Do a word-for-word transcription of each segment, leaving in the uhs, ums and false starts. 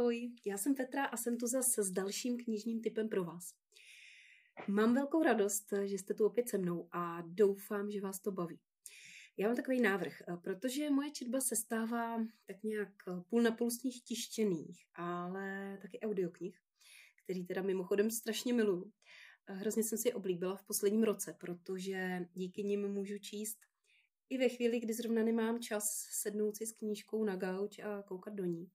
Ahoj, já jsem Petra a jsem tu zase s dalším knižním tipem pro vás. Mám velkou radost, že jste tu opět se mnou a doufám, že vás to baví. Já mám takový návrh, protože moje četba se stává tak nějak půl na půl z knih tištěných, ale taky audioknih, který teda mimochodem strašně miluju. Hrozně jsem si je oblíbila v posledním roce, protože díky nim můžu číst i ve chvíli, kdy zrovna nemám čas sednout si s knížkou na gauč a koukat do ní.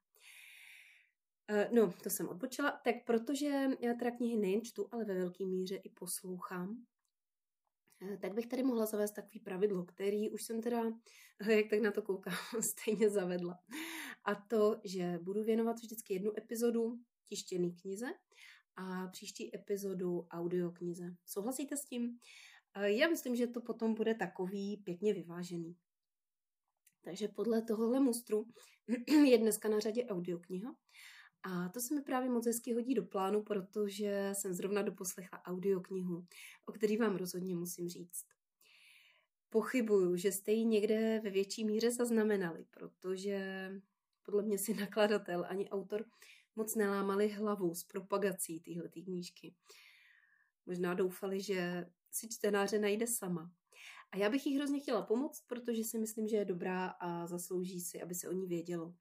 No, to jsem odbočila. Tak protože já teda knihy nejen čtu, ale ve velké míře i poslouchám, tak bych tady mohla zavést takový pravidlo, který už jsem teda, jak tak na to koukám, stejně zavedla. A to, že budu věnovat vždycky jednu epizodu tištěný knize a příští epizodu audioknize. Souhlasíte s tím? Já myslím, že to potom bude takový pěkně vyvážený. Takže podle tohohle mustru je dneska na řadě audiokniha. A to se mi právě moc hezky hodí do plánu, protože jsem zrovna doposlechla audioknihu, o který vám rozhodně musím říct. Pochybuju, že jste ji někde ve větší míře zaznamenali, protože podle mě si nakladatel ani autor moc nelámali hlavu s propagací téhletý knížky. Možná doufali, že si čtenáře najde sama. A já bych jí hrozně chtěla pomoct, protože si myslím, že je dobrá a zaslouží si, aby se o ní vědělo.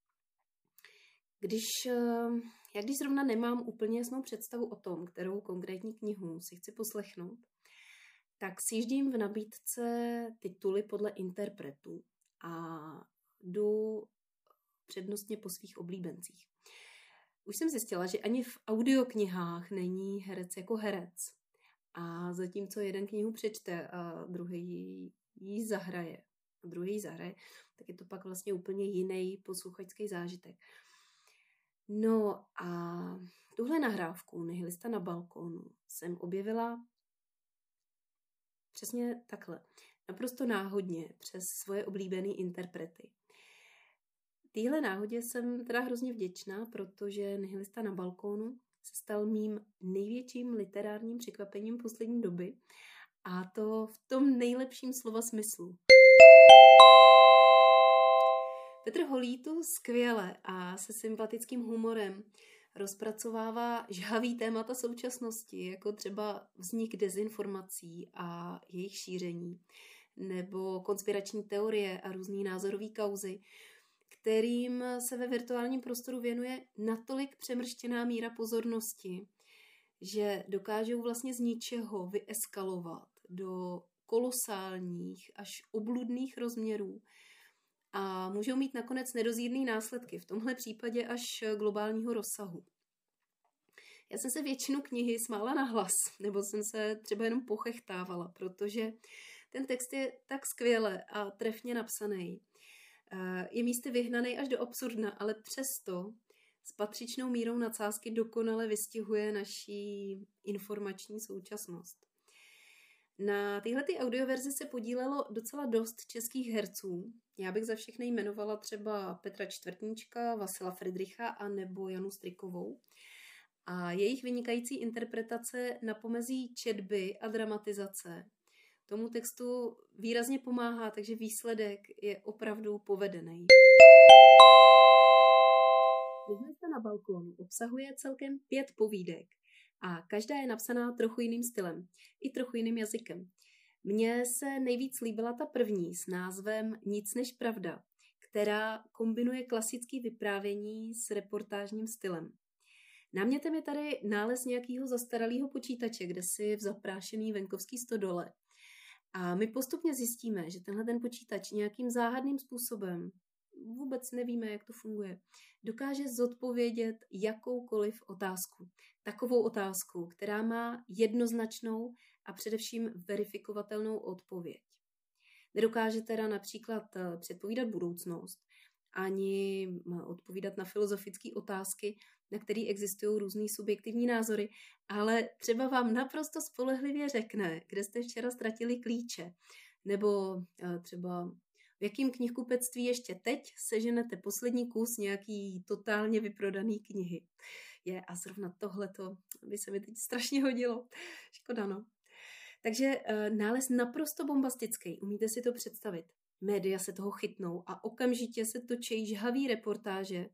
Když, já když zrovna nemám úplně jasnou představu o tom, kterou konkrétní knihu si chci poslechnout, tak sjíždím v nabídce tituly podle interpretů a jdu přednostně po svých oblíbencích. Už jsem zjistila, že ani v audioknihách není herec jako herec. A zatímco jeden knihu přečte a druhý ji zahraje, a druhý ji zahraje, tak je to pak vlastně úplně jiný posluchačský zážitek. No a tuhle nahrávku Nihilista na balkónu jsem objevila přesně takhle. Naprosto náhodně přes svoje oblíbené interprety. Téhle náhodě jsem teda hrozně vděčná, protože Nihilista na balkónu se stal mým největším literárním překvapením poslední doby. A to v tom nejlepším slova smyslu. Petr Holý tu skvěle a se sympatickým humorem rozpracovává žhavý témata současnosti, jako třeba vznik dezinformací a jejich šíření, nebo konspirační teorie a různý názorový kauzy, kterým se ve virtuálním prostoru věnuje natolik přemrštěná míra pozornosti, že dokážou vlastně z ničeho vyeskalovat do kolosálních až obludných rozměrů a můžou mít nakonec nedozírný následky, v tomhle případě až globálního rozsahu. Já jsem se většinu knihy smála nahlas, nebo jsem se třeba jenom pochechtávala, protože ten text je tak skvěle a trefně napsaný. Je místy vyhnaný až do absurdna, ale přesto s patřičnou mírou nadsázky dokonale vystihuje naší informační současnost. Na téhletý audioverzi se podílelo docela dost českých herců. Já bych za všechny jmenovala třeba Petra Čtvrtníčka, Vasila Fridricha a nebo Janu Strikovou. A jejich vynikající interpretace na pomezí četby a dramatizace tomu textu výrazně pomáhá, takže výsledek je opravdu povedený. Nihilista na balkónu obsahuje celkem pět povídek a každá je napsaná trochu jiným stylem, i trochu jiným jazykem. Mně se nejvíc líbila ta první s názvem Nic než pravda, která kombinuje klasické vyprávění s reportážním stylem. Námětem je tady nález nějakého zastaralého počítače, kde si v zaprášený venkovský stodole. A my postupně zjistíme, že tenhle ten počítač nějakým záhadným způsobem, vůbec nevíme, jak to funguje, dokáže zodpovědět jakoukoliv otázku. Takovou otázku, která má jednoznačnou a především verifikovatelnou odpověď. Nedokáže teda například předpovídat budoucnost, ani odpovídat na filozofické otázky, na které existují různý subjektivní názory, ale třeba vám naprosto spolehlivě řekne, kde jste včera ztratili klíče, nebo třeba v jakém knihkupectví ještě teď seženete poslední kus nějaký totálně vyprodaný knihy. Je a zrovna tohleto by se mi teď strašně hodilo. Škoda, no. Takže nález naprosto bombastický, umíte si to představit. Média se toho chytnou a okamžitě se točí žhavý reportáže,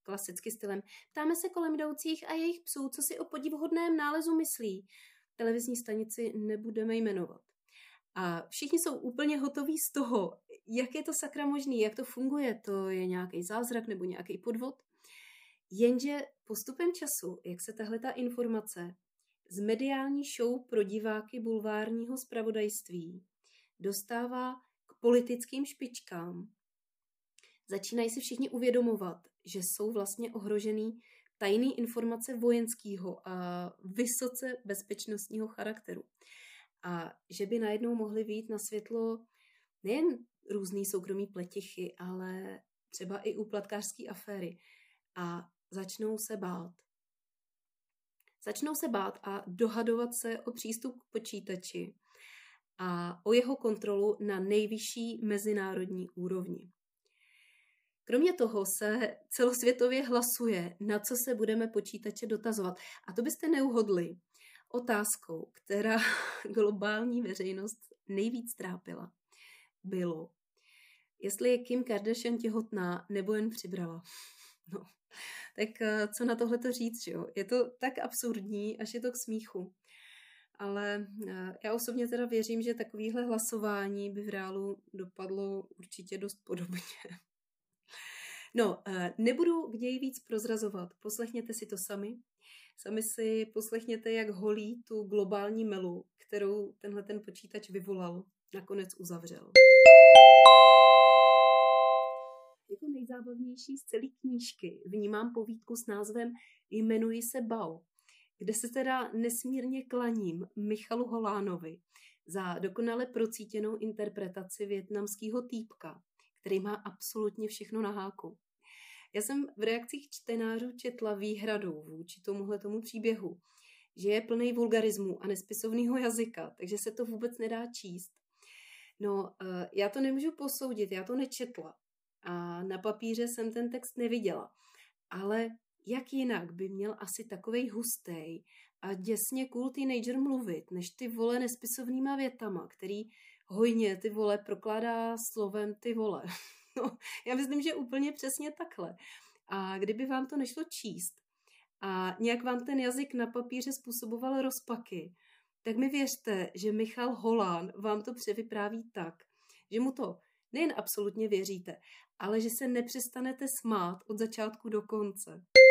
klasicky stylem. Ptáme se kolem jdoucích a jejich psů, co si o podivuhodném nálezu myslí. Televizní stanici nebudeme jmenovat. A všichni jsou úplně hotoví z toho, jak je to sakra možný, jak to funguje, to je nějaký zázrak nebo nějaký podvod. Jenže postupem času, jak se tahle ta informace z mediální show pro diváky bulvárního zpravodajství dostává k politickým špičkám, začínají si všichni uvědomovat, že jsou vlastně ohrožený tajný informace vojenského a vysoce bezpečnostního charakteru. A že by najednou mohly vyjít na světlo nejen různý soukromý pletichy, ale třeba i úplatkářský aféry. A začnou se bát. Začnou se bát a dohadovat se o přístup k počítači a o jeho kontrolu na nejvyšší mezinárodní úrovni. Kromě toho se celosvětově hlasuje, na co se budeme počítače dotazovat. A to byste neuhodli otázkou, která globální veřejnost nejvíc trápila, bylo, jestli je Kim Kardashian těhotná nebo jen přibrala. No, tak co na tohle to říct, že jo? Je to tak absurdní, až je to k smíchu. Ale já osobně teda věřím, že takovýhle hlasování by v reálu dopadlo určitě dost podobně. No, nebudu k ději víc prozrazovat, poslechněte si to sami. Sami si poslechněte, jak holí tu globální melu, kterou tenhle ten počítač vyvolal, nakonec uzavřel. Jako nejzábavnější z celé knížky vnímám povídku s názvem Jmenuji se Bao, kde se teda nesmírně klaním Michalu Holánovi za dokonale procítěnou interpretaci vietnamského týpka, který má absolutně všechno na háku. Já jsem v reakcích čtenářů četla výhradu vůči tomuhle tomu příběhu, že je plný vulgarismu a nespisovného jazyka, takže se to vůbec nedá číst. No, já to nemůžu posoudit, já to nečetla a na papíře jsem ten text neviděla, ale jak jinak by měl asi takovej hustej a děsně cool teenager mluvit, než ty vole nespisovnýma větama, který hojně ty vole prokládá slovem ty vole. No, já myslím, že úplně přesně takhle. A kdyby vám to nešlo číst a nějak vám ten jazyk na papíře způsoboval rozpaky, tak mi věřte, že Michal Holán vám to převypráví tak, že mu to nejen absolutně věříte, ale že se nepřestanete smát od začátku do konce.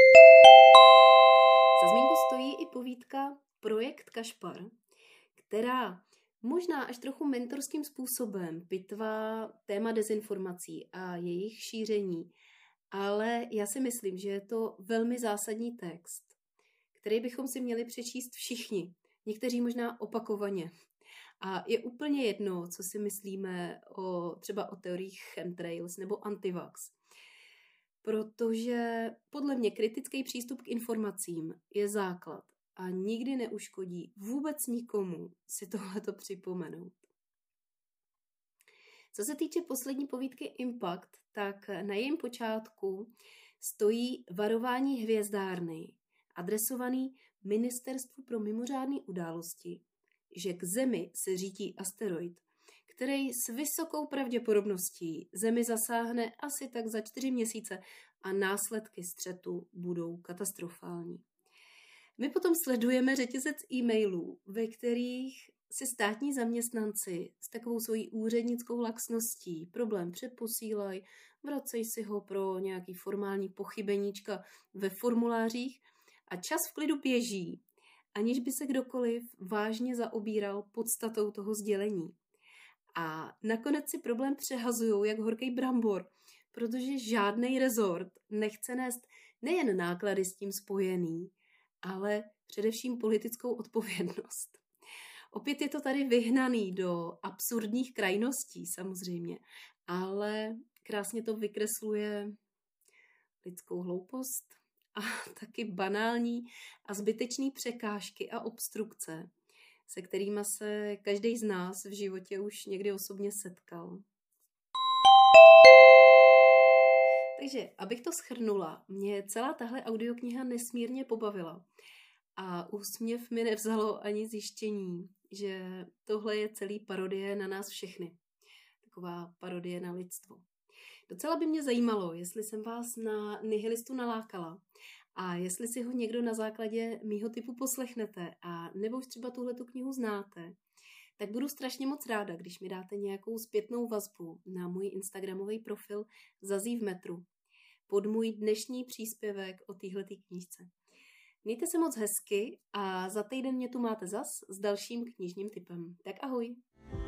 Za zmínku stojí i povídka Projekt Kašpar, která možná až trochu mentorským způsobem pitvá téma dezinformací a jejich šíření, ale já si myslím, že je to velmi zásadní text, který bychom si měli přečíst všichni, někteří možná opakovaně. A je úplně jedno, co si myslíme o, třeba o teoriích chemtrails nebo antivax. Protože podle mě kritický přístup k informacím je základ a nikdy neuškodí vůbec nikomu si tohleto připomenout. Co se týče poslední povídky Impact, tak na jejím počátku stojí varování hvězdárny, adresovaný Ministerstvu pro mimořádné události, že k Zemi se řítí asteroid, který s vysokou pravděpodobností Zemi zasáhne asi tak za čtyři měsíce a následky střetu budou katastrofální. My potom sledujeme řetězec e-mailů, ve kterých si státní zaměstnanci s takovou svojí úřednickou laxností problém přeposílají, vracejí si ho pro nějaký formální pochybeníčka ve formulářích a čas v klidu běží, aniž by se kdokoliv vážně zaobíral podstatou toho sdělení. A nakonec si problém přehazujou jak horký brambor, protože žádný rezort nechce nést nejen náklady s tím spojený, ale především politickou odpovědnost. Opět je to tady vyhnaný do absurdních krajností samozřejmě, ale krásně to vykresluje lidskou hloupost a taky banální a zbytečný překážky a obstrukce, se kterými se každý z nás v životě už někdy osobně setkal. Takže, abych to shrnula, mě celá tahle audiokniha nesmírně pobavila a úsměv mi nevzalo ani zjištění, že tohle je celý parodie na nás všechny. Taková parodie na lidstvo. Docela by mě zajímalo, jestli jsem vás na Nihilistu nalákala a jestli si ho někdo na základě mýho typu poslechnete a nebo už třeba tuhletu knihu znáte, tak budu strašně moc ráda, když mi dáte nějakou zpětnou vazbu na můj instagramový profil Zazí v metru pod můj dnešní příspěvek o téhletý knížce. Mějte se moc hezky a za týden mě tu máte zas s dalším knižním tipem. Tak ahoj!